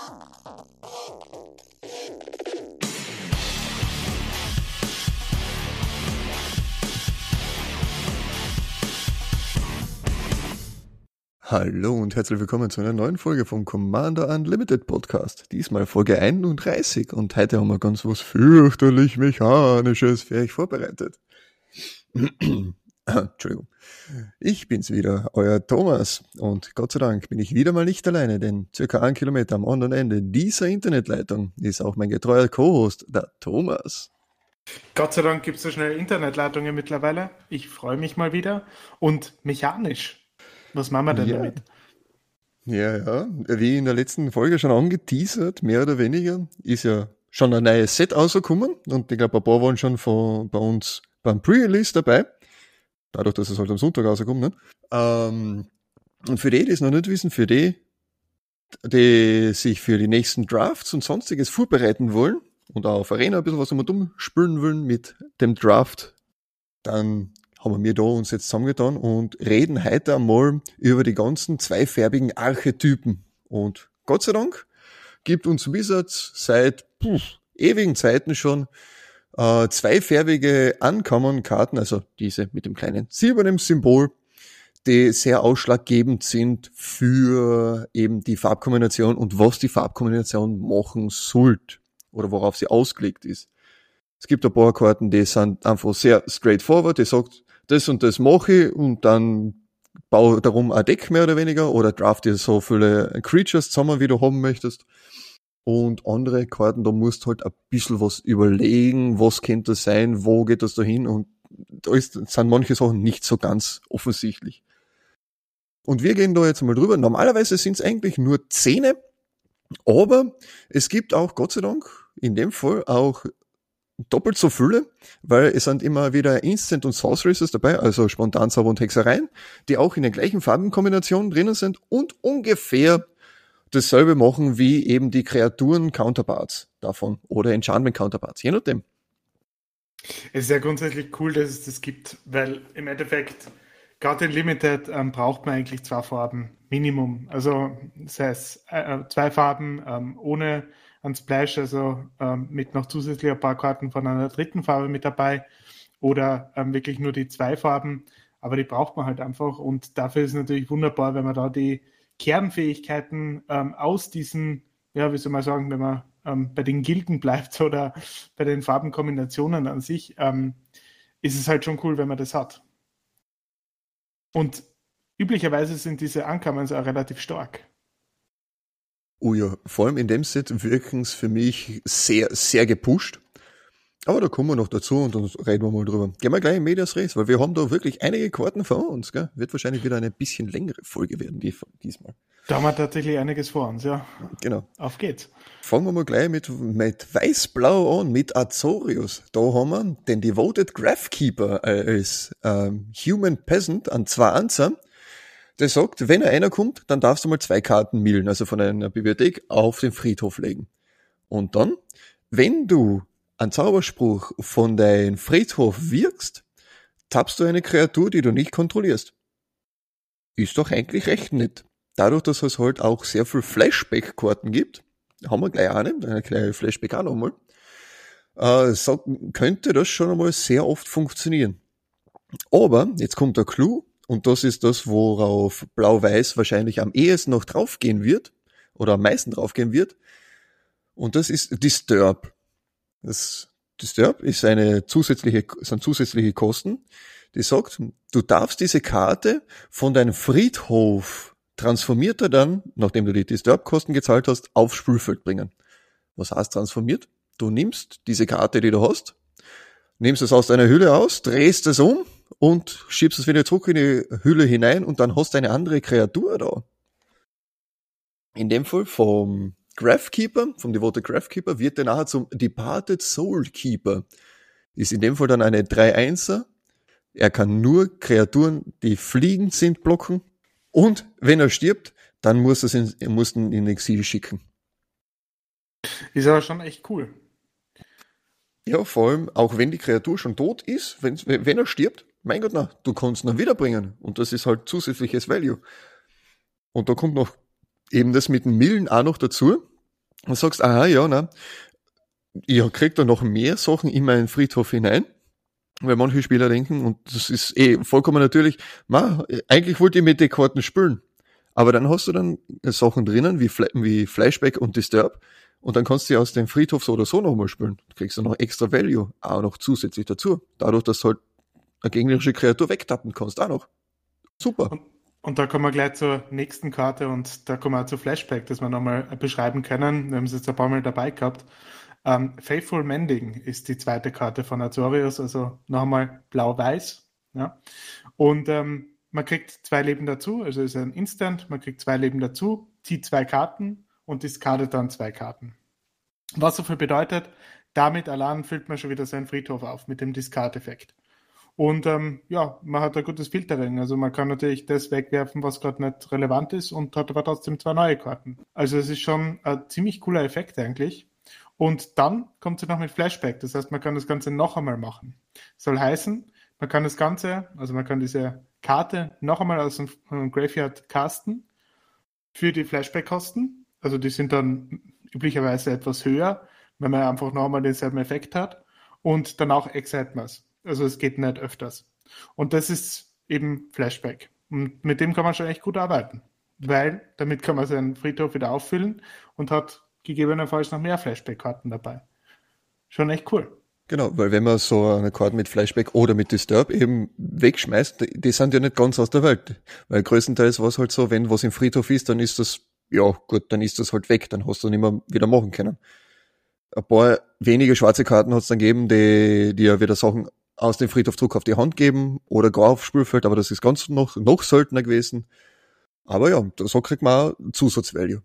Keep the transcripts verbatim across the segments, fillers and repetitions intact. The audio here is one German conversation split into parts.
Hallo und herzlich willkommen zu einer neuen Folge vom Commander Unlimited Podcast. Diesmal Folge einunddreißig und heute haben wir ganz was fürchterlich Mechanisches für euch vorbereitet. Entschuldigung. Ich bin's wieder, euer Thomas, und Gott sei Dank bin ich wieder mal nicht alleine, denn circa einen Kilometer am anderen Ende dieser Internetleitung ist auch mein getreuer Co-Host, der Thomas. Gott sei Dank gibt's so schnell Internetleitungen mittlerweile. Ich freue mich mal wieder. Und mechanisch. Was machen wir denn ja. damit? Ja, ja, wie in der letzten Folge schon angeteasert, mehr oder weniger, ist ja schon ein neues Set rausgekommen und ich glaube, ein paar waren schon von, bei uns beim Pre-Release dabei, dadurch, dass es halt am Sonntag rauskommt. Ne? Ähm, und für die, die es noch nicht wissen, für die, die sich für die nächsten Drafts und sonstiges vorbereiten wollen und auch auf Arena ein bisschen was nochmal dumm spülen wollen mit dem Draft, dann haben wir da uns jetzt zusammengetan und reden heute einmal über die ganzen zweifärbigen Archetypen. Und Gott sei Dank gibt uns Wizards seit puh, ewigen Zeiten schon äh, zweifärbige Uncommon-Karten, also diese mit dem kleinen silbernen Symbol, die sehr ausschlaggebend sind für eben die Farbkombination und was die Farbkombination machen sollte oder worauf sie ausgelegt ist. Es gibt ein paar Karten, die sind einfach sehr straightforward, die sagt, das und das mache ich und dann baue darum ein Deck mehr oder weniger oder draft dir so viele Creatures zusammen, wie du haben möchtest. Und andere Karten, da musst du halt ein bisschen was überlegen, was könnte das sein, wo geht das dahin, und da ist, sind manche Sachen nicht so ganz offensichtlich. Und wir gehen da jetzt mal drüber. Normalerweise sind es eigentlich nur Zähne, aber es gibt auch, Gott sei Dank, in dem Fall auch doppelt so viele, weil es sind immer wieder Instant und Sorceresses dabei, also Spontanzauber und Hexereien, die auch in den gleichen Farbenkombinationen drinnen sind und ungefähr dasselbe machen wie eben die Kreaturen-Counterparts davon oder Enchantment-Counterparts, je nachdem. Es ist ja grundsätzlich cool, dass es das gibt, weil im Endeffekt, gerade in Limited ähm, braucht man eigentlich zwei Farben, Minimum. Also das heißt, äh, zwei Farben ähm, ohne ein Splash, also ähm, mit noch zusätzlich ein paar Karten von einer dritten Farbe mit dabei oder ähm, wirklich nur die zwei Farben, aber die braucht man halt einfach, und dafür ist es natürlich wunderbar, wenn man da die Kernfähigkeiten ähm, aus diesen, ja, wie soll man sagen, wenn man ähm, bei den Gilden bleibt oder bei den Farbenkombinationen an sich, ähm, ist es halt schon cool, wenn man das hat. Und üblicherweise sind diese Uncommons auch relativ stark. Oh ja, vor allem in dem Set wirken es für mich sehr, sehr gepusht. Aber da kommen wir noch dazu und dann reden wir mal drüber. Gehen wir gleich in Medias Res, weil wir haben da wirklich einige Karten vor uns. Gell? Wird wahrscheinlich wieder eine bisschen längere Folge werden, die diesmal. Da haben wir tatsächlich einiges vor uns, ja. Genau. Auf geht's. Fangen wir mal gleich mit, mit Weiß-Blau an, mit Azorius. Da haben wir den Devoted Graphkeeper als ähm, Human Peasant an zwei Anzer. Der sagt, wenn er einer kommt, dann darfst du mal zwei Karten millen, also von einer Bibliothek auf den Friedhof legen. Und dann, wenn du einen Zauberspruch von deinem Friedhof wirkst, tappst du eine Kreatur, die du nicht kontrollierst. Ist doch eigentlich recht nett. Dadurch, dass es halt auch sehr viel Flashback-Karten gibt, haben wir gleich eine, eine kleine Flashback auch nochmal, äh, so könnte das schon einmal sehr oft funktionieren. Aber, jetzt kommt der Clou, und das ist das, worauf Blau-Weiß wahrscheinlich am ehesten noch draufgehen wird, oder am meisten draufgehen wird, und das ist Disturb. Das Disturb ist eine zusätzliche, sind zusätzliche Kosten, die sagt, du darfst diese Karte von deinem Friedhof transformiert er dann, nachdem du die Disturb-Kosten gezahlt hast, aufs Spielfeld bringen. Was heißt transformiert? Du nimmst diese Karte, die du hast, nimmst es aus deiner Hülle aus, drehst es um und schiebst es wieder zurück in die Hülle hinein und dann hast du eine andere Kreatur da. In dem Fall vom Graphkeeper, vom Devoted Graphkeeper, wird der nachher zum Departed Soulkeeper. Ist in dem Fall dann eine drei Einser. Er kann nur Kreaturen, die fliegend sind, blocken. Und wenn er stirbt, dann muss er in, er muss ihn in Exil schicken. Ist aber schon echt cool. Ja, vor allem, auch wenn die Kreatur schon tot ist, wenn, wenn er stirbt, mein Gott, na, du kannst ihn wiederbringen. Und das ist halt zusätzliches Value. Und da kommt noch eben das mit dem Millen auch noch dazu. und sagst, aha, ja, na, ich krieg da noch mehr Sachen in meinen Friedhof hinein, weil manche Spieler denken, und das ist eh vollkommen natürlich, ma, eigentlich wollte ich mit den Karten spielen. Aber dann hast du dann Sachen drinnen, wie, Fle- wie Flashback und Disturb, und dann kannst du aus dem Friedhof so oder so nochmal spielen. Du kriegst dann noch extra Value, auch noch zusätzlich dazu. Dadurch, dass du halt eine gegnerische Kreatur wegtappen kannst, auch noch. Super. Und, und da kommen wir gleich zur nächsten Karte und da kommen wir auch zu Flashback, das wir nochmal beschreiben können. Wir haben es jetzt ein paar Mal dabei gehabt. Ähm, Faithful Mending ist die zweite Karte von Azorius, also noch einmal blau-weiß. Ja. Und ähm, man kriegt zwei Leben dazu, also ist ein Instant, man kriegt zwei Leben dazu, zieht zwei Karten und discardet dann zwei Karten. Was so viel bedeutet, damit allein füllt man schon wieder seinen Friedhof auf mit dem Discard-Effekt. Und ähm, ja, man hat ein gutes Filtering. Also man kann natürlich das wegwerfen, was gerade nicht relevant ist und hat aber trotzdem zwei neue Karten. Also es ist schon ein ziemlich cooler Effekt eigentlich. Und dann kommt es noch mit Flashback. Das heißt, man kann das Ganze noch einmal machen. Soll heißen, man kann das Ganze, also man kann diese Karte noch einmal aus dem Graveyard casten für die Flashback-Kosten. Also die sind dann üblicherweise etwas höher, wenn man einfach noch einmal denselben Effekt hat. Und danach exiled man es. Also es geht nicht öfters. Und das ist eben Flashback. Und mit dem kann man schon echt gut arbeiten. Weil damit kann man seinen Friedhof wieder auffüllen und hat gegebenenfalls noch mehr Flashback-Karten dabei. Schon echt cool. Genau, weil wenn man so eine Karte mit Flashback oder mit Disturb eben wegschmeißt, die, die sind ja nicht ganz aus der Welt. Weil größtenteils war es halt so, wenn was im Friedhof ist, dann ist das, ja gut, dann ist das halt weg, dann hast du nicht mehr wieder machen können. Ein paar wenige schwarze Karten hat es dann gegeben, die, die ja wieder Sachen aus dem Friedhof Druck auf die Hand geben oder gar aufs Spielfeld, aber das ist ganz noch, noch seltener gewesen. Aber ja, so kriegt man auch Zusatzvalue.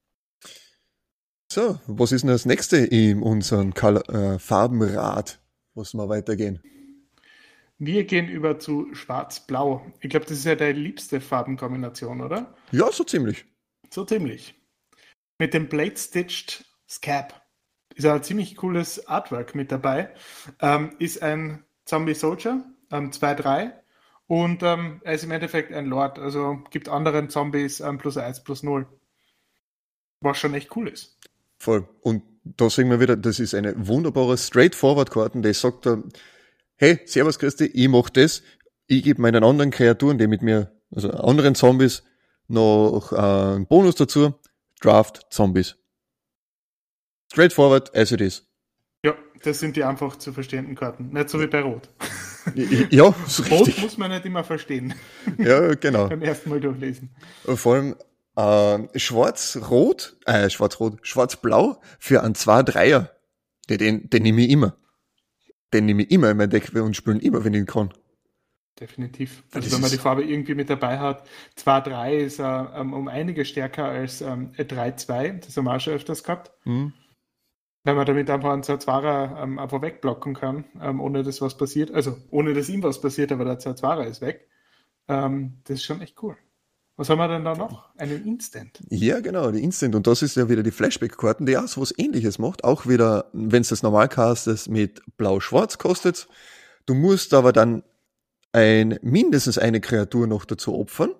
So, was ist denn das nächste in unserem Color, äh, Farbenrad, was wir weitergehen? Wir gehen über zu Schwarz-Blau. Ich glaube, das ist ja deine liebste Farbenkombination, oder? Ja, so ziemlich. So ziemlich. Mit dem Blade Stitched Scab. Ist ja ein ziemlich cooles Artwork mit dabei. Ähm, ist ein Zombie Soldier, ähm, zwei drei. Und ähm, er ist im Endeffekt ein Lord. Also gibt anderen Zombies ähm, plus eins, plus null. Was schon echt cool ist. Voll. Und da sehen wir wieder, das ist eine wunderbare Straightforward-Karten, die sagt dann, hey, servus Christi, ich mach das, ich gebe meinen anderen Kreaturen, die mit mir, also anderen Zombies, noch äh, einen Bonus dazu, Draft Zombies. Straightforward as it is. Ja, das sind die einfach zu verstehenden Karten. Nicht so wie bei Rot. Ja, so Rot richtig. muss man nicht immer verstehen. Ja, genau. Beim ersten Mal durchlesen. Vor allem äh, Schwarz-Rot, äh, Schwarz-Rot, Schwarz-Blau für einen zwei Dreier. Den, den, den nehme ich immer. Den nehme ich immer in mein Deck und spielen immer, wenn ich ihn kann. Definitiv. Also Das wenn man ist- die Farbe irgendwie mit dabei hat. zwei drei ist äh, um um einige stärker als ähm, drei zwei. Das haben wir auch schon öfters gehabt. Hm. Weil man damit einfach einen Zwarer ähm, einfach wegblocken kann, ähm, ohne dass was passiert. Also ohne dass ihm was passiert, aber der Zwarer ist weg. Ähm, das ist schon echt cool. Was haben wir denn da noch? Einen Instant. Ja, genau, die Instant. Und das ist ja wieder die Flashback-Karten, die auch so was Ähnliches macht. Auch wieder, wenn es das normal castest, mit Blau-Schwarz kostet. Du musst aber dann ein, mindestens eine Kreatur noch dazu opfern.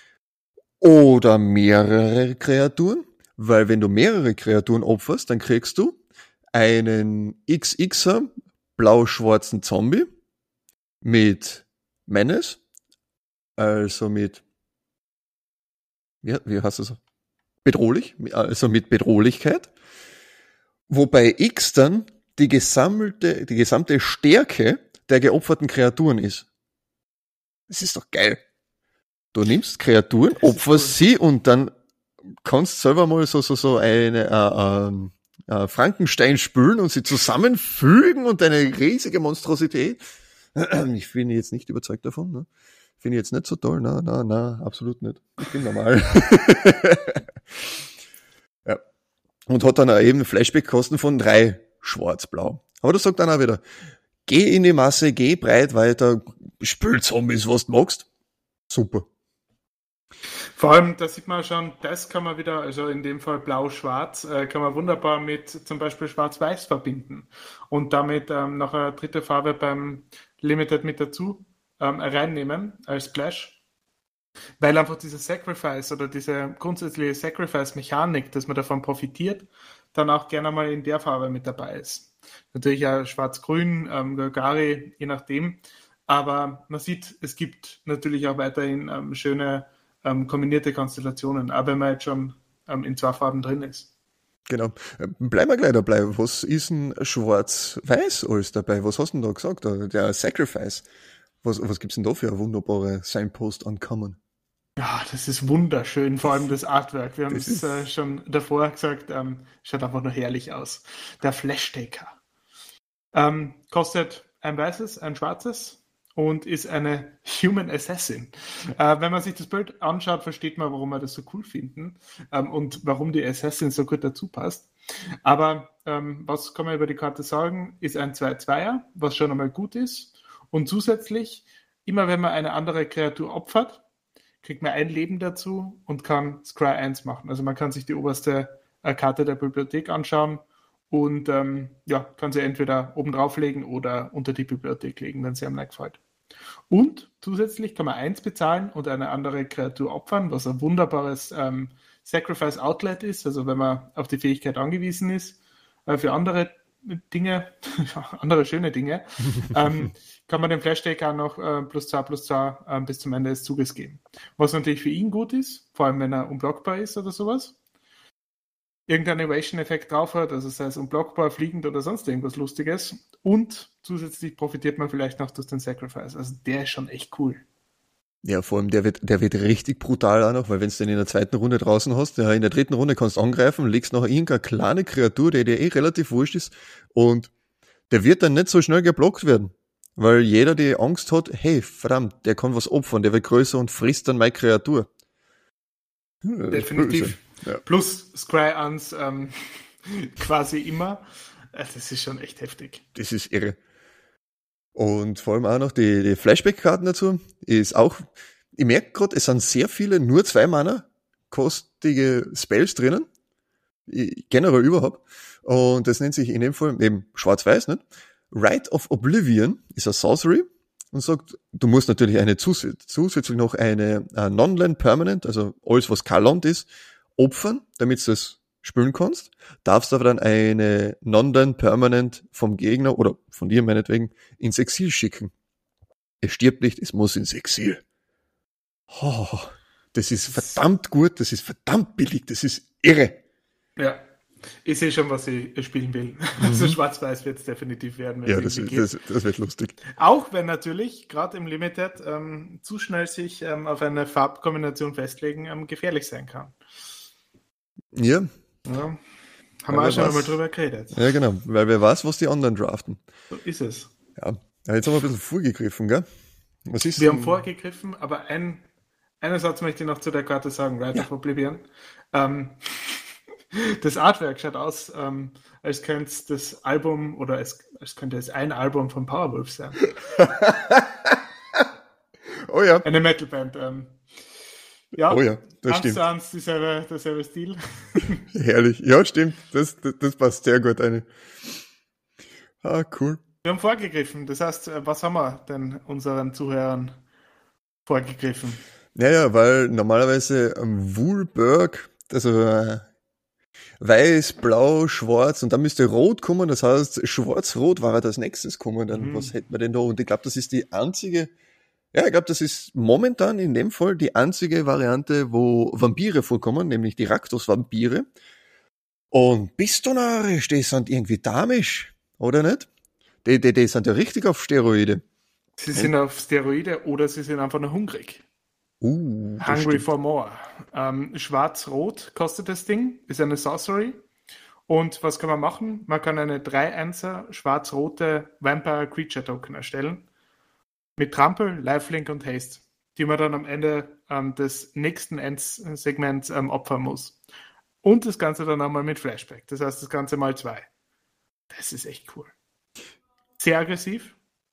Oder mehrere Kreaturen. Weil wenn du mehrere Kreaturen opferst, dann kriegst du einen X Xer blau-schwarzen Zombie mit Menace. Also mit, wie, wie heißt das? Bedrohlich, also mit Bedrohlichkeit. Wobei X dann die gesammelte, die gesamte Stärke der geopferten Kreaturen ist. Das ist doch geil. Du nimmst Kreaturen, Das ist opferst sie und dann kannst selber mal so, so, so eine, äh, äh, Frankenstein spülen und sie zusammenfügen und eine riesige Monstrosität. Ich bin jetzt nicht überzeugt davon, ne? Finde ich jetzt nicht so toll, na, na, na, absolut nicht. Ich bin normal. Ja. Und hat dann auch eben Flashback-Kosten von drei schwarz-blau. Aber das sagt dann auch wieder, geh in die Masse, geh breit weiter, spül Zombies, was du magst. Super. Vor allem, da sieht man schon, das kann man wieder, also in dem Fall blau-schwarz, äh, kann man wunderbar mit zum Beispiel schwarz-weiß verbinden und damit ähm, noch eine dritte Farbe beim Limited mit dazu ähm, reinnehmen als Splash. Weil einfach dieser Sacrifice oder diese grundsätzliche Sacrifice-Mechanik, dass man davon profitiert, dann auch gerne mal in der Farbe mit dabei ist. Natürlich ja schwarz-grün, ähm, Golgari, je nachdem. Aber man sieht, es gibt natürlich auch weiterhin ähm, schöne ähm, kombinierte Konstellationen, aber wenn man jetzt schon ähm, in zwei Farben drin ist. Genau. Bleiben wir gleich dabei. Was ist ein Schwarz-Weiß alles dabei? Was hast du denn da gesagt? Der Sacrifice. Was, was gibt's denn da für eine wunderbare Signpost Uncommon? Ja, das ist wunderschön, vor allem das Artwork. Wir haben Das es äh, ist, schon davor gesagt, ähm, schaut einfach nur herrlich aus. Der Flashtaker. Ähm, kostet ein weißes, ein schwarzes und ist eine Human Assassin. Äh, wenn man sich das Bild anschaut, versteht man, warum wir das so cool finden ähm, und warum die Assassin so gut dazu passt. Aber ähm, was kann man über die Karte sagen, ist ein zwei zwei er, was schon einmal gut ist. Und zusätzlich, immer wenn man eine andere Kreatur opfert, kriegt man ein Leben dazu und kann Scry eins machen. Also man kann sich die oberste äh, Karte der Bibliothek anschauen und ähm, ja, kann sie entweder oben drauf legen oder unter die Bibliothek legen, wenn sie einem nicht gefällt. Und zusätzlich kann man eins bezahlen und eine andere Kreatur opfern, was ein wunderbares ähm, Sacrifice Outlet ist, also wenn man auf die Fähigkeit angewiesen ist. Äh, für andere Dinge, andere schöne Dinge, ähm, kann man dem Flashtaker auch noch äh, plus zwei plus zwei äh, bis zum Ende des Zuges geben. Was natürlich für ihn gut ist, vor allem wenn er unblockbar ist oder sowas. Irgendeinen Evasion-Effekt drauf hat, also sei es unblockbar, fliegend oder sonst irgendwas Lustiges. Und zusätzlich profitiert man vielleicht noch durch den Sacrifice. Also der ist schon echt cool. ja, vor allem, der wird, der wird richtig brutal auch noch, weil wenn du den in der zweiten Runde draußen hast, ja, in der dritten Runde kannst du angreifen, legst noch irgendeine kleine Kreatur, die dir eh relativ wurscht ist, und der wird dann nicht so schnell geblockt werden. Weil jeder die Angst hat, hey, verdammt, der kann was opfern, der wird größer und frisst dann meine Kreatur. Ja, definitiv. Ja. Plus Scry eins ähm, quasi immer. Das ist schon echt heftig. Das ist irre. Und vor allem auch noch die, die Flashback-Karten dazu ist auch, ich merke gerade, es sind sehr viele nur zwei Mana kostige Spells drinnen. Generell überhaupt. Und das nennt sich in dem Fall eben schwarz-weiß, nicht? Rite of Oblivion ist eine Sorcery und sagt, du musst natürlich eine zusätzlich, zusätzlich noch eine, eine Non-Land Permanent, also alles, was kein Land ist, opfern, damit du das spielen kannst. Darfst aber dann eine Non-Land Permanent vom Gegner oder von dir meinetwegen ins Exil schicken. Es stirbt nicht, es muss ins Exil. Oh, das ist verdammt gut, das ist verdammt billig, das ist irre. Ja. Ich sehe schon, was ich spielen will. Mhm. Also schwarz-weiß wird es definitiv werden. Ja, das, das, das wird lustig. Auch wenn natürlich, gerade im Limited, ähm, zu schnell sich ähm, auf eine Farbkombination festlegen, ähm, gefährlich sein kann. Ja. ja. Haben ja, wir auch schon einmal drüber geredet. Ja, genau, weil wer weiß, was die anderen draften. So ist es. Ja, jetzt haben wir ein bisschen vorgegriffen, gell? Was ist wir denn? haben vorgegriffen, aber ein, einen Satz möchte ich noch zu der Karte sagen, Rite ja. of Oblivion. Ähm, Das Artwork schaut aus, ähm, als könnte es das Album oder als, als könnte es ein Album von Powerwolf sein. Oh ja. Eine Metalband. Ähm. Ja, oh ja, das eins stimmt. zu eins dieselbe, derselbe Stil. Herrlich. Ja, stimmt. Das, das, das passt sehr gut eine. Ah, cool. Wir haben vorgegriffen. Das heißt, was haben wir denn unseren Zuhörern vorgegriffen? Ja, ja, weil normalerweise am Woolberg, also äh, weiß, blau, schwarz und dann müsste rot kommen, das heißt schwarz-rot war als nächstes kommen, dann mhm. was hätten wir denn da? Und ich glaube, das ist die einzige, ja, ich glaube, das ist momentan in dem Fall die einzige Variante, wo Vampire vorkommen, nämlich die Raktos-Vampire. Und Bistonarisch, die sind irgendwie damisch, oder nicht? Die, die, die sind ja richtig auf Steroide. Sie sind ja. auf Steroide oder sie sind einfach nur hungrig. Uh, Hungry stimmt. for more. Ähm, Schwarz-Rot kostet das Ding, ist eine Sorcery. Und was kann man machen? Man kann eine drei einser schwarz-rote Vampire Creature Token erstellen. Mit Trampel, Lifelink und Haste, die man dann am Ende ähm, des nächsten Endsegments ähm, opfern muss. Und das Ganze dann einmal mit Flashback. Das heißt, das Ganze mal zwei. Das ist echt cool. Sehr aggressiv.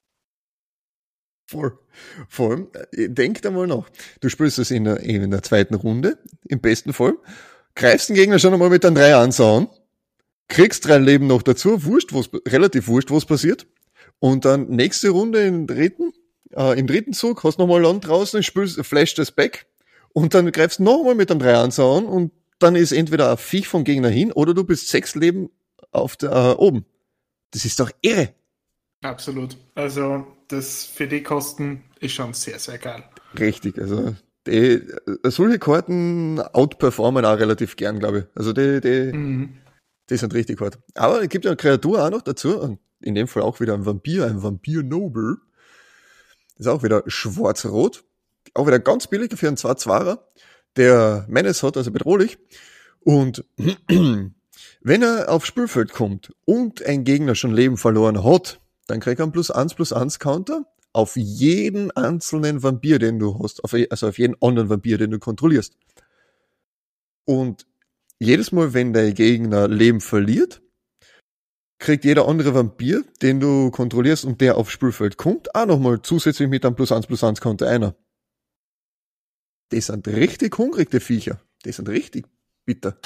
Voll. Vor allem, denk da mal nach. Du spielst das in der, in der zweiten Runde, im besten Fall, greifst den Gegner schon einmal mit einem drei ansauen, kriegst drei Leben noch dazu, wurscht, was, relativ wurscht, was passiert, und dann nächste Runde im dritten, äh, im dritten Zug hast du nochmal Land draußen, spielst, flash das Back, und dann greifst du nochmal mit einem drei ansauen und dann ist entweder ein Viech vom Gegner hin oder du bist sechs Leben auf der, äh, oben. Das ist doch irre. Absolut. Also das für die Kosten ist schon sehr, sehr geil. Richtig, also die, solche Karten outperformen auch relativ gern, glaube ich. Also die, die, Mhm. die sind richtig hart. Aber es gibt ja eine Kreatur auch noch dazu, und in dem Fall auch wieder ein Vampir, ein Vampir-Noble. Das ist auch wieder schwarz-rot. Auch wieder ganz billig für einen zwei zwei er, der Menace hat, also bedrohlich. Und wenn er aufs Spielfeld kommt und ein Gegner schon Leben verloren hat, dann kriegt er einen plus eins plus eins Counter auf jeden einzelnen Vampir, den du hast, auf, also auf jeden anderen Vampir, den du kontrollierst. Und jedes Mal, wenn der Gegner Leben verliert, kriegt jeder andere Vampir, den du kontrollierst und der aufs Spielfeld kommt, auch nochmal zusätzlich mit einem plus eins plus eins Counter einer. Die sind richtig hungrig, die Viecher. Die sind richtig bitter.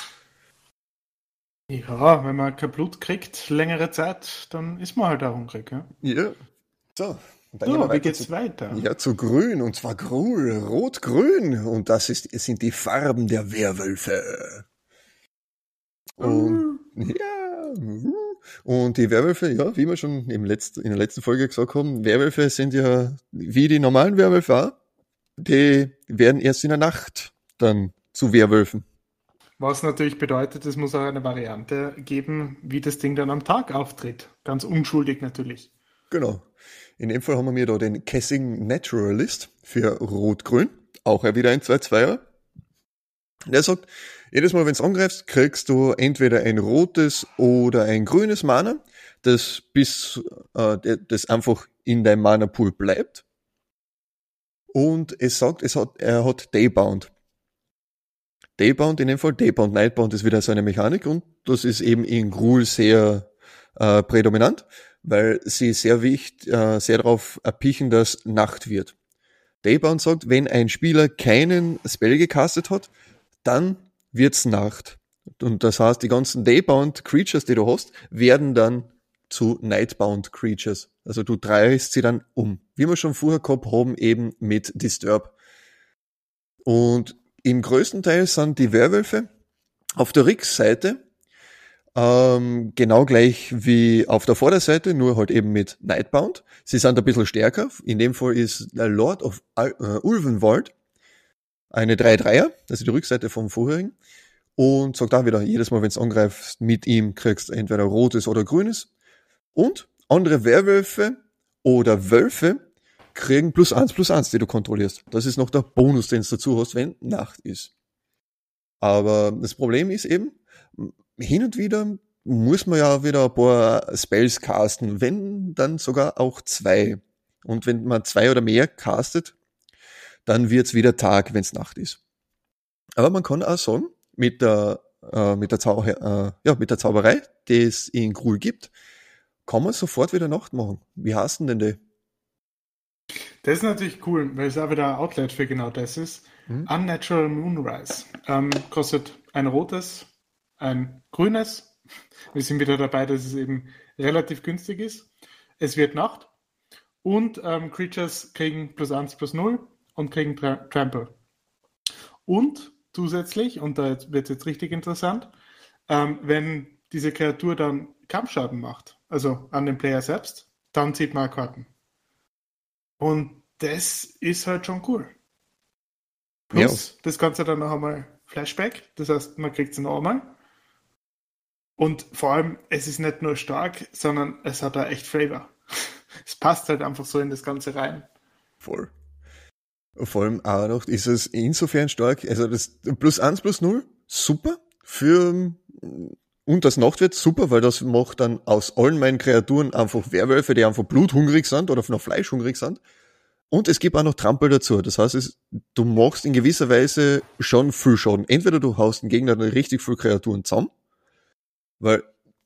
Ja, wenn man kein Blut kriegt, längere Zeit, dann ist man halt auch hungrig. Ja, Ja. So. Und dann gehen wir so wie weiter geht's zu, weiter? ja, zu grün, und zwar grün, rot-grün. Und das ist, sind die Farben der Werwölfe. Und, ja, und die Werwölfe, ja, wie wir schon im letzten, in der letzten Folge gesagt haben, Werwölfe sind ja wie die normalen Werwölfe auch. Die werden erst in der Nacht dann zu Werwölfen. Was natürlich bedeutet, es muss auch eine Variante geben, wie das Ding dann am Tag auftritt. Ganz unschuldig natürlich. Genau. In dem Fall haben wir da den Kessing Naturalist für Rot-Grün. Auch wieder ein zwei zwei er. Der sagt, jedes Mal, wenn du angreifst, kriegst du entweder ein rotes oder ein grünes Mana, das bis äh, das einfach in deinem Mana-Pool bleibt. Und es sagt, es hat, er hat Daybound. Daybound in dem Fall, Daybound, Nightbound ist wieder so eine Mechanik, und das ist eben in Gruul sehr äh, prädominant, weil sie sehr wichtig, äh, sehr darauf erpichen, dass Nacht wird. Daybound sagt, wenn ein Spieler keinen Spell gecastet hat, dann wird's Nacht. Und das heißt, die ganzen Daybound Creatures, die du hast, werden dann zu Nightbound Creatures. Also du drehst sie dann um. Wie wir schon vorher gehabt haben, eben mit Disturb. Und im größten Teil sind die Werwölfe auf der Rückseite ähm, genau gleich wie auf der Vorderseite, nur halt eben mit Nightbound. Sie sind ein bisschen stärker. In dem Fall ist der Lord of Al- äh, Ulvenwald eine drei drei er, das ist die Rückseite vom vorherigen. Und sagt auch wieder, jedes Mal, wenn du angreifst, mit ihm kriegst du entweder rotes oder grünes. Und andere Werwölfe oder Wölfe kriegen plus eins plus eins, die du kontrollierst. Das ist noch der Bonus, den du dazu hast, wenn Nacht ist. Aber das Problem ist eben, hin und wieder muss man ja wieder ein paar Spells casten, wenn dann sogar auch zwei. Und wenn man zwei oder mehr castet, dann wird's wieder Tag, wenn's Nacht ist. Aber man kann auch sagen, mit der, äh, mit der, Zau äh, ja, mit der Zauberei, die es in Gruul gibt, kann man sofort wieder Nacht machen. Wie heißen denn die? Das ist natürlich cool, weil es auch wieder ein Outlet für genau das ist. Hm? Unnatural Moonrise. Ähm, kostet ein rotes, ein grünes. Wir sind wieder dabei, dass es eben relativ günstig ist. Es wird Nacht. Und ähm, Creatures kriegen plus eins plus null und kriegen Tra Trample. Und zusätzlich, und da wird es jetzt richtig interessant, ähm, wenn diese Kreatur dann Kampfschaden macht, also an den Player selbst, dann zieht man Karten. Und das ist halt schon cool. Plus, ja, das Ganze dann noch einmal Flashback, das heißt, man kriegt es noch einmal. Und vor allem, es ist nicht nur stark, sondern es hat da echt Flavor. Es passt halt einfach so in das Ganze rein. Voll. Vor allem auch noch ist es insofern stark, also das plus eins plus null, super. Für, und das Nacht wird super, weil das macht dann aus allen meinen Kreaturen einfach Werwölfe, die einfach bluthungrig sind oder noch fleischhungrig sind. Und es gibt auch noch Trampel dazu. Das heißt, es, du machst in gewisser Weise schon viel Schaden. Entweder du haust den Gegner dann richtig viel Kreaturen zusammen, weil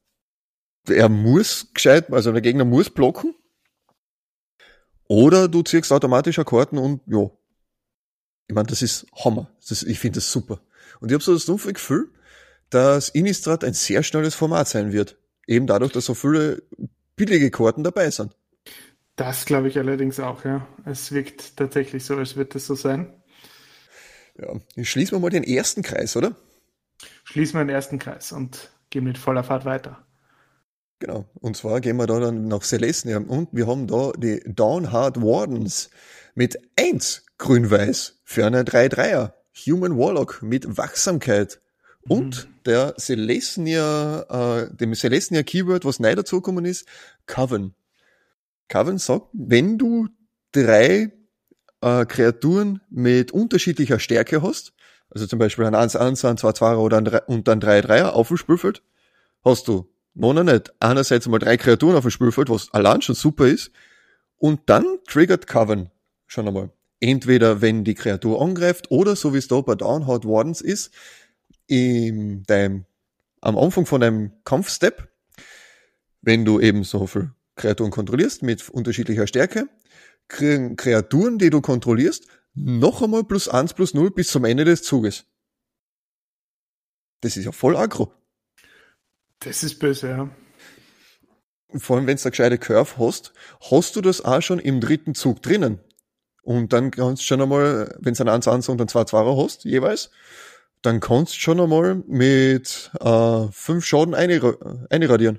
er muss gescheit, also der Gegner muss blocken. Oder du ziehst automatisch Karten und ja. Ich meine, das ist Hammer. Das ist, ich finde das super. Und ich habe so das dumpfe Gefühl, dass Innistrad ein sehr schnelles Format sein wird. Eben dadurch, dass so viele billige Karten dabei sind. Das glaube ich allerdings auch, ja. Es wirkt tatsächlich so, als wird das so sein. Ja, schließen wir mal den ersten Kreis, oder? schließen wir den ersten Kreis und gehen mit voller Fahrt weiter. Genau. Und zwar gehen wir da dann nach Celestia und wir haben da die Dawnhard Wardens mit eins grün-weiß für eine drei drei er Human Warlock mit Wachsamkeit. Und mhm. der Celestia, äh, dem Celestia Keyword, was neu dazugekommen ist, Coven. Coven sagt, wenn du drei äh, Kreaturen mit unterschiedlicher Stärke hast, also zum Beispiel ein eins eins, ein zwei zwei er oder ein drei, und ein drei drei er auf dem Spielfeld, hast du noch nicht einerseits mal drei Kreaturen auf dem Spielfeld, was allein schon super ist, und dann triggert Coven schon einmal. Entweder wenn die Kreatur angreift oder so wie es da bei Dawnhard Wardens ist, in deinem, am Anfang von deinem Kampfstep, wenn du eben so viele Kreaturen kontrollierst mit unterschiedlicher Stärke, kriegen Kreaturen, die du kontrollierst, noch einmal plus eins plus null bis zum Ende des Zuges. Das ist ja voll aggro. Das ist böse, ja. Vor allem, wenn du eine gescheite Curve hast, hast du das auch schon im dritten Zug drinnen. Und dann kannst du schon einmal, wenn du einen eins eins und einen zwei zwei er hast, jeweils, dann kannst du schon einmal mit äh, fünf Schaden einra- einradieren.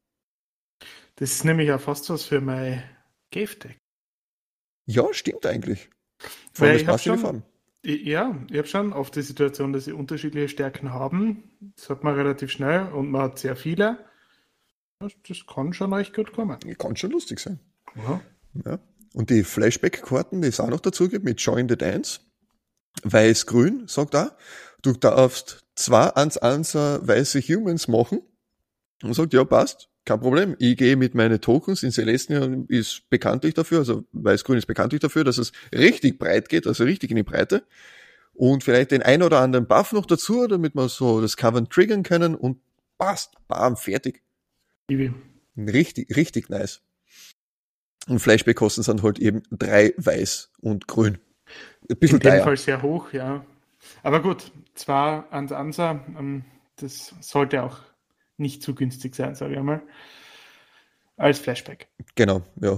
Das ist nämlich auch fast was für mein Gave-Deck. Ja, stimmt eigentlich. Vor allem, das passt in die Farben. Ja, ich habe schon oft die Situation, dass sie unterschiedliche Stärken haben. Das hat man relativ schnell und man hat sehr viele. Das kann schon recht gut kommen. Kann schon lustig sein. Ja. Ja. Und die Flashback-Karten, die es auch noch dazu gibt, mit Join the Dance. Weiß-Grün, sagt auch, du darfst zwei eins einser weiße Humans machen. Und sagt, ja, passt, kein Problem. Ich gehe mit meinen Tokens in Celestia, ist bekanntlich dafür, also Weiß-Grün ist bekanntlich dafür, dass es richtig breit geht, also richtig in die Breite. Und vielleicht den ein oder anderen Buff noch dazu, damit wir so das Coven triggern können und passt, bam, fertig. Richtig, richtig nice. Und Flashback-Kosten sind halt eben drei weiß und grün. Ein bisschen in dem Fall sehr hoch, ja. Aber gut, zwar ans Ansa, das sollte auch nicht zu günstig sein, sage ich einmal, als Flashback. Genau, ja.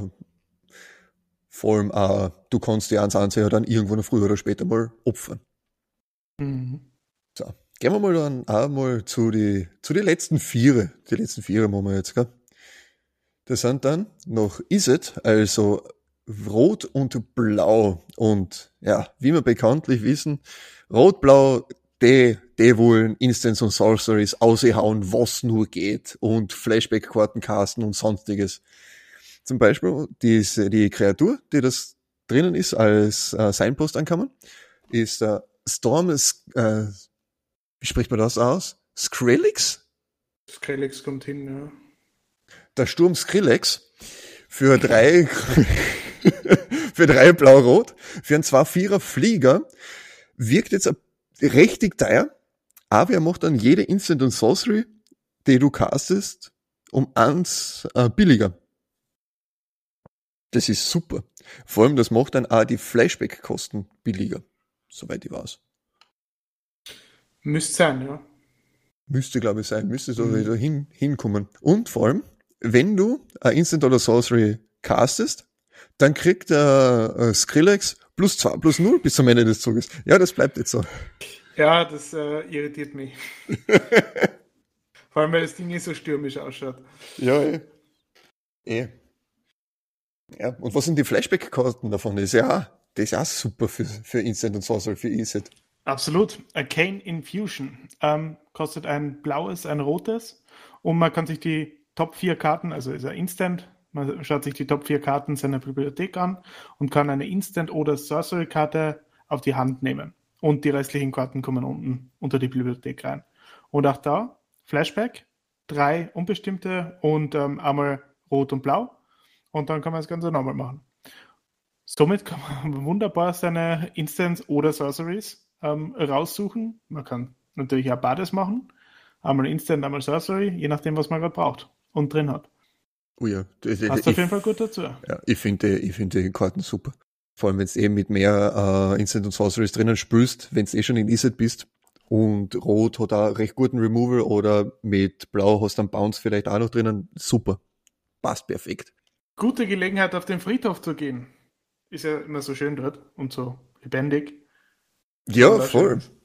Vor allem, äh, du kannst die eins eins ja dann irgendwo noch früher oder später mal opfern. Mhm. So, gehen wir mal dann auch mal zu die, zu die letzten Viere. Die letzten Viere machen wir jetzt, gell? Das sind dann noch Izzet, also Rot und Blau. Und ja, wie wir bekanntlich wissen, Rot-Blau, die, die wollen Instants und Sorceries aushauen, was nur geht, und Flashback-Karten casten und sonstiges. Zum Beispiel diese, die Kreatur, die das drinnen ist, als äh, Signpost ankommen, ist äh, Storm, äh, wie spricht man das aus? Skrillex? Skrillex kommt hin, ja. Der Sturm Skrillex für drei für drei blau-rot, für einen zwei vierer Flieger, wirkt jetzt richtig teuer, aber er macht dann jede Instant und Sorcery, die du castest, um eins äh, billiger. Das ist super. Vor allem, das macht dann auch die Flashback-Kosten billiger, soweit ich weiß. Müsste sein, ja. Müsste, glaube ich, sein. Müsste so mhm. wieder hin, hinkommen. Und vor allem, wenn du ein Instant oder Sorcery castest, dann kriegt der äh, Skrillex plus zwei, plus null bis zum Ende des Zuges. Ja, das bleibt jetzt so. Ja, das äh, irritiert mich. Vor allem, weil das Ding nicht so stürmisch ausschaut. Ja, eh. eh. Ja, und was sind die Flashback-Karten davon? Das ist ja, das ist ja super für, für Instant und Sorcery, für Izzet. Absolut. Arcane Infusion. Ähm, kostet ein blaues, ein rotes. Und man kann sich die Top vier Karten, also ist er Instant, man schaut sich die Top vier Karten seiner Bibliothek an und kann eine Instant- oder Sorcery-Karte auf die Hand nehmen. Und die restlichen Karten kommen unten unter die Bibliothek rein. Und auch da, Flashback, drei unbestimmte und ähm, einmal rot und blau. Und dann kann man das Ganze nochmal machen. Somit kann man wunderbar seine Instants oder Sorceries ähm, raussuchen. Man kann natürlich auch beides machen. Einmal Instant, einmal Sorcery, je nachdem, was man gerade braucht und drin hat. Oh ja. Das, das, Passt ich, auf jeden Fall gut dazu. Ja, ich finde ich finde die Karten super. Vor allem, wenn du eben mit mehr äh, Instant und Sorceries drinnen spülst, wenn du eh schon in Izzet bist. Und Rot hat auch recht guten Removal oder mit Blau hast du einen Bounce vielleicht auch noch drinnen. Super. Passt perfekt. Gute Gelegenheit, auf den Friedhof zu gehen. Ist ja immer so schön dort und so lebendig. Ja, voll.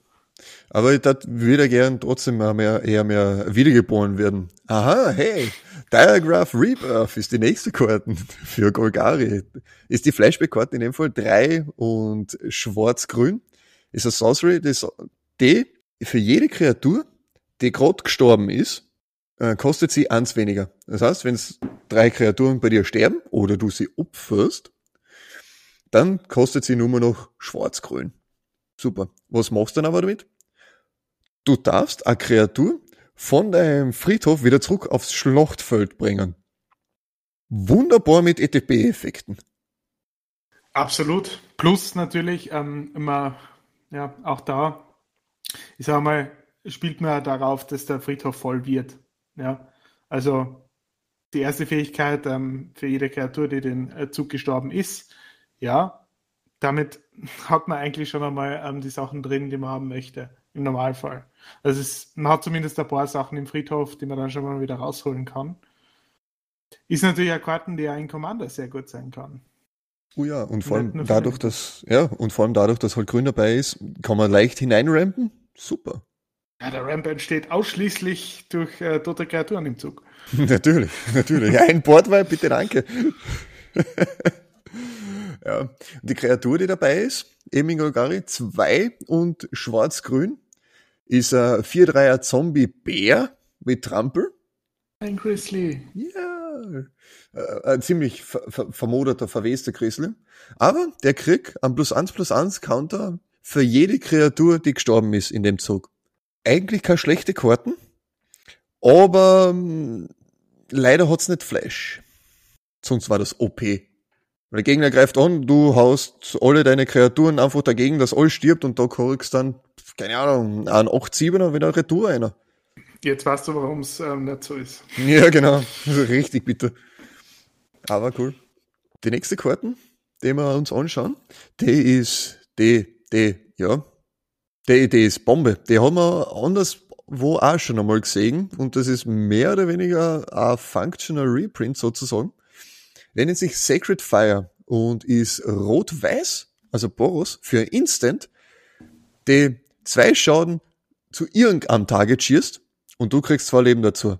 Aber ich würde gern trotzdem mal mehr, eher mehr wiedergeboren werden. Aha, hey, Diagraph Rebirth ist die nächste Karten für Golgari. Ist die Flashback-Karte in dem Fall drei und schwarz-grün. Ist eine Sorcery, das, die für jede Kreatur, die gerade gestorben ist, äh, kostet sie eins weniger. Das heißt, wenn drei Kreaturen bei dir sterben oder du sie opferst, dann kostet sie nur noch schwarz-grün. Super. Was machst du dann aber damit? Du darfst eine Kreatur von deinem Friedhof wieder zurück aufs Schlachtfeld bringen. Wunderbar mit E T B-Effekten. Absolut. Plus natürlich ähm, immer, ja, auch da, ich sag mal, spielt man ja darauf, dass der Friedhof voll wird. Ja, also die erste Fähigkeit ähm, für jede Kreatur, die den äh, Zug gestorben ist, ja, damit hat man eigentlich schon einmal ähm, die Sachen drin, die man haben möchte, im Normalfall. Also es, man hat zumindest ein paar Sachen im Friedhof, die man dann schon mal wieder rausholen kann. Ist natürlich eine Karten, die ja in Commander sehr gut sein kann. Oh ja, und vor allem dadurch, dass, ja, und vor allem dadurch, dass halt grün dabei ist, kann man leicht hineinrampen. Super. Ja, der Ramp entsteht ausschließlich durch äh, tote Kreaturen im Zug. Natürlich, natürlich. Ja, ein Boardwipe, bitte danke. Ja, die Kreatur, die dabei ist, eben in Golgari, zwei und schwarz-grün, ist ein vier drei er Zombie-Bär mit Trampel. Ein Grizzly. Ja, ein ziemlich ver ver vermoderter, verwester Grizzly. Aber der kriegt einen plus eins plus eins Counter für jede Kreatur, die gestorben ist in dem Zug. Eigentlich keine schlechte Karten, aber mh, leider hat's nicht Flash. Sonst war das O P. Weil der Gegner greift an, du haust alle deine Kreaturen einfach dagegen, dass alles stirbt und da kriegst dann, keine Ahnung, einen acht siebener wieder Retour einer. Jetzt weißt du, warum es ähm, nicht so ist. Ja, genau. Richtig bitter. Aber cool. Die nächste Karten, die wir uns anschauen, die ist, die, die, ja, die, die ist Bombe. Die haben wir anderswo auch schon einmal gesehen und das ist mehr oder weniger ein Functional Reprint sozusagen. Der nennt sich Sacred Fire und ist rot-weiß, also Boros, für Instant, die zwei Schaden zu irgendeinem Target schießt und du kriegst zwei Leben dazu.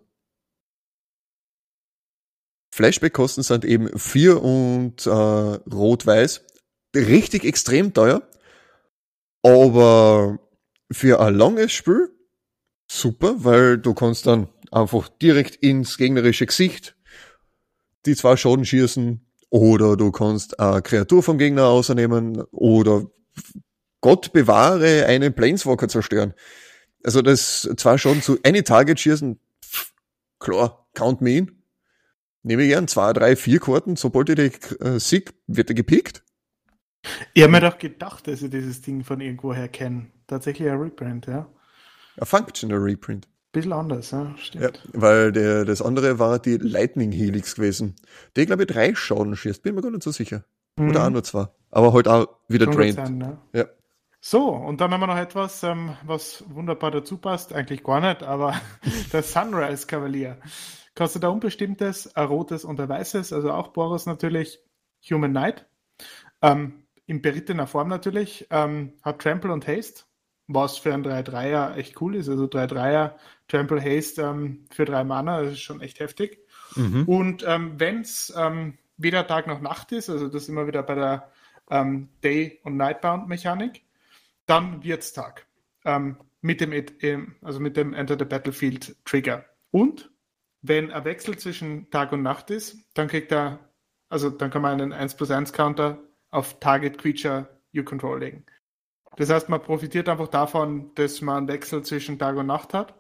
Flashback-Kosten sind eben vier und äh, rot-weiß. Richtig extrem teuer. Aber für ein langes Spiel super, weil du kannst dann einfach direkt ins gegnerische Gesicht die zwei Schaden schießen oder du kannst eine Kreatur vom Gegner ausnehmen oder Gott bewahre einen Planeswalker zerstören. Also das zwei Schaden zu any Target schießen, pff, klar, count me in. Nehme ich gern zwei, drei, vier Karten, sobald ich die äh, sieg, wird er gepickt. Ich habe mir doch gedacht, dass ich dieses Ding von irgendwoher kenne. Tatsächlich ein Reprint, ja. Ein Functional Reprint. Bisschen anders, ja, stimmt. Ja, weil der, das andere war die Lightning Helix gewesen. Die, glaube ich, drei Schaden schießt. Bin mir gar nicht so sicher. Mhm. Oder auch nur zwei. Aber halt auch wieder drained. Sein, ne? Ja. So, und dann haben wir noch etwas, ähm, was wunderbar dazu passt. Eigentlich gar nicht, aber der Sunrise Kavalier. Kostet ein unbestimmtes, ein rotes und ein weißes, also auch Boros natürlich. Human Knight. Ähm, in berittener Form natürlich. Ähm, hat Trample und Haste. Was für ein drei drei er echt cool ist. Also drei drei er Trample Haste ähm, für drei Mana, das ist schon echt heftig. Mhm. Und ähm, wenn es ähm, weder Tag noch Nacht ist, also das ist immer wieder bei der ähm, Day- und Nightbound-Mechanik, dann wird's Tag. Ähm, mit dem, also mit dem Enter the Battlefield Trigger. Und wenn ein Wechsel zwischen Tag und Nacht ist, dann kriegt er, also dann kann man einen eins plus eins Counter auf Target Creature You Control legen. Das heißt, man profitiert einfach davon, dass man einen Wechsel zwischen Tag und Nacht hat.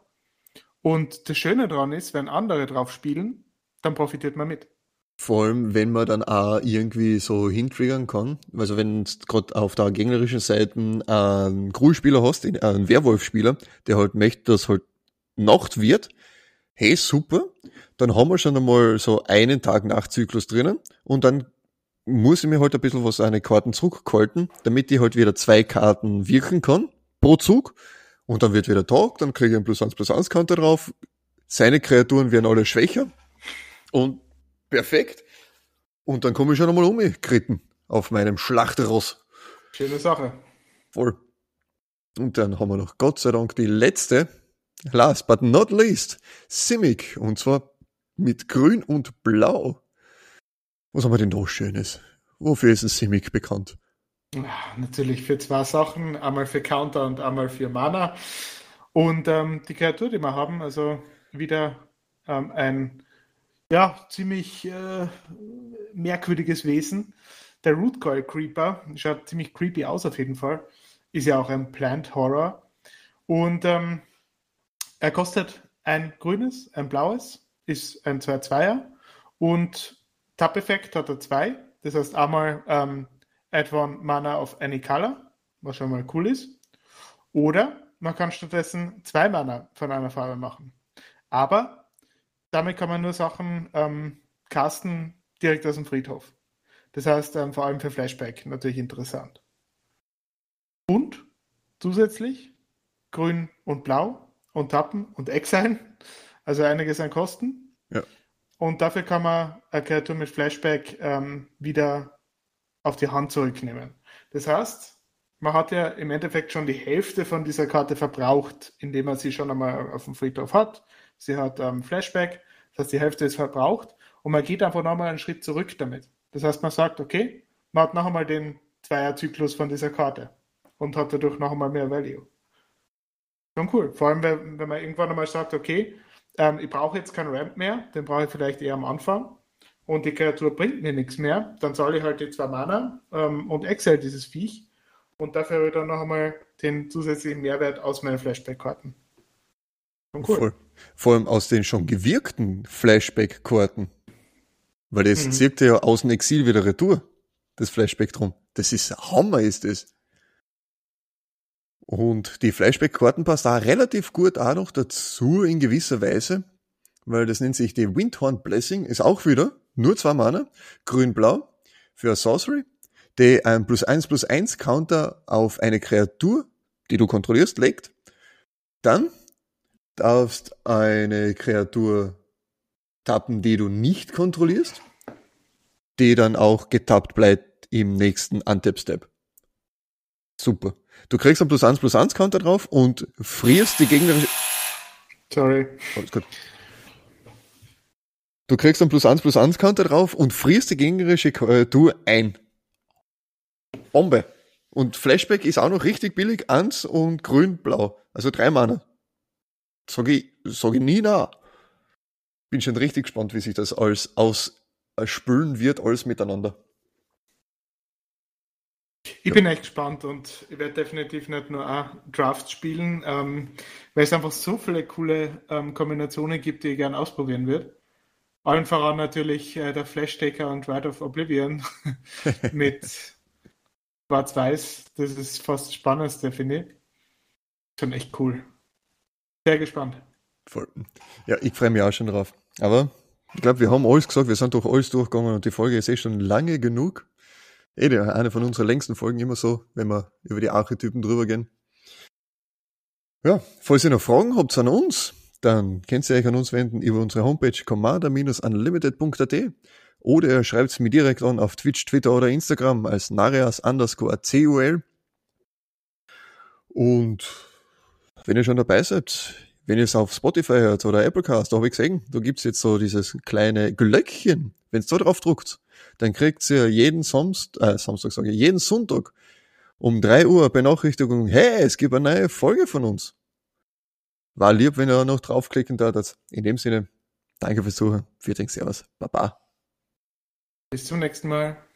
Und das Schöne daran ist, wenn andere drauf spielen, dann profitiert man mit. Vor allem, wenn man dann auch irgendwie so hintriggern kann. Also wenn du gerade auf der gegnerischen Seite einen Gruul-Spieler hast, einen Werwolf-Spieler, der halt möchte, dass halt Nacht wird, hey, super, dann haben wir schon einmal so einen Tag-Nacht-Zyklus drinnen und dann muss ich mir halt ein bisschen was eine Karten zurückhalten, damit ich halt wieder zwei Karten wirken kann pro Zug und dann wird wieder Tag, dann kriege ich einen plus eins plus eins Counter drauf, seine Kreaturen werden alle schwächer und perfekt und dann komme ich schon einmal umgekritten auf meinem Schlachterross. Schöne Sache. Voll. Und dann haben wir noch Gott sei Dank die letzte, last but not least, Simic. Und zwar mit Grün und Blau. Was haben wir denn da Schönes? Wofür ist ein Simic bekannt? Ja, natürlich für zwei Sachen, einmal für Counter und einmal für Mana. Und ähm, die Kreatur, die wir haben, also wieder ähm, ein ja, ziemlich äh, merkwürdiges Wesen. Der Rootcoil Creeper, schaut ziemlich creepy aus auf jeden Fall, ist ja auch ein Plant Horror. Und ähm, er kostet ein grünes, ein blaues, ist ein zwei zwei er und Tap-Effekt hat er zwei. Das heißt einmal ähm, Add one Mana of any color, was schon mal cool ist. Oder man kann stattdessen zwei Mana von einer Farbe machen. Aber damit kann man nur Sachen ähm, casten direkt aus dem Friedhof. Das heißt, ähm, vor allem für Flashback natürlich interessant. Und zusätzlich grün und blau und tappen und Exile, also einiges an Kosten. Ja. Und dafür kann man eine Kreatur mit Flashback ähm, wieder auf die Hand zurücknehmen. Das heißt, man hat ja im Endeffekt schon die Hälfte von dieser Karte verbraucht, indem man sie schon einmal auf dem Friedhof hat. Sie hat ähm, Flashback, das heißt, die Hälfte ist verbraucht und man geht einfach nochmal einen Schritt zurück damit. Das heißt, man sagt, okay, man hat noch einmal den Zweier-Zyklus von dieser Karte und hat dadurch noch einmal mehr Value. Schon cool. Vor allem, wenn, wenn man irgendwann einmal sagt, okay, ähm, ich brauche jetzt keinen Ramp mehr, den brauche ich vielleicht eher am Anfang und die Kreatur bringt mir nichts mehr, dann zahle ich halt die zwei Mana ähm, und exile dieses Viech und dafür habe ich dann noch einmal den zusätzlichen Mehrwert aus meinen Flashback-Karten. Schon cool. Voll. Vor allem aus den schon gewirkten Flashback-Karten. Weil das Mhm. zirkt ja aus dem Exil wieder retour, das Flashback drum. Das ist Hammer, ist das. Und die Flashback-Karten passt auch relativ gut auch noch dazu in gewisser Weise, weil das nennt sich die Windhorn Blessing, ist auch wieder nur zwei Mana, grün-blau, für eine Sorcery, die ein plus eins plus eins Counter auf eine Kreatur, die du kontrollierst, legt. Dann darfst eine Kreatur tappen, die du nicht kontrollierst, die dann auch getappt bleibt im nächsten Untap-Step. Super. Du kriegst einen plus eins plus eins Counter drauf und frierst die gegnerische... Sorry. Alles gut. Du kriegst einen plus eins plus eins Counter drauf und frierst die gegnerische Kreatur ein. Bombe. Und Flashback ist auch noch richtig billig. eins und grün-blau. Also drei Mana. Sag ich, sag ich nie nach. Bin schon richtig gespannt, wie sich das alles ausspülen wird, alles miteinander. Ich Ja. bin echt gespannt und ich werde definitiv nicht nur auch Drafts spielen, ähm, weil es einfach so viele coole ähm, Kombinationen gibt, die ich gerne ausprobieren würde. Allen voran natürlich äh, der Flash-Taker und Rite of Oblivion mit Schwarz-Weiß. Das ist fast das Spannendste, finde ich. Schon echt cool. Sehr gespannt. Voll. Ja, ich freue mich auch schon drauf. Aber ich glaube, wir haben alles gesagt, wir sind durch alles durchgegangen und die Folge ist eh schon lange genug. Eh, eine von unseren längsten Folgen immer so, wenn wir über die Archetypen drüber gehen. Ja, falls ihr noch Fragen habt an uns, dann könnt ihr euch an uns wenden über unsere Homepage commander dash unlimited punkt a t oder ihr schreibt es mir direkt an auf Twitch, Twitter oder Instagram als narias underscore cul. Und wenn ihr schon dabei seid, wenn ihr es auf Spotify hört oder Applecast, da habe ich gesehen, da gibt's jetzt so dieses kleine Glöckchen. Wenn ihr da drauf druckt, dann kriegt ihr jeden Samstag, äh, Samstag sage ich, jeden Sonntag um drei Uhr Benachrichtigung, hey, es gibt eine neue Folge von uns. War lieb, wenn ihr noch draufklicken würdet. In dem Sinne, danke fürs Zuhören. Vielen Dank, Servus. Baba. Bis zum nächsten Mal.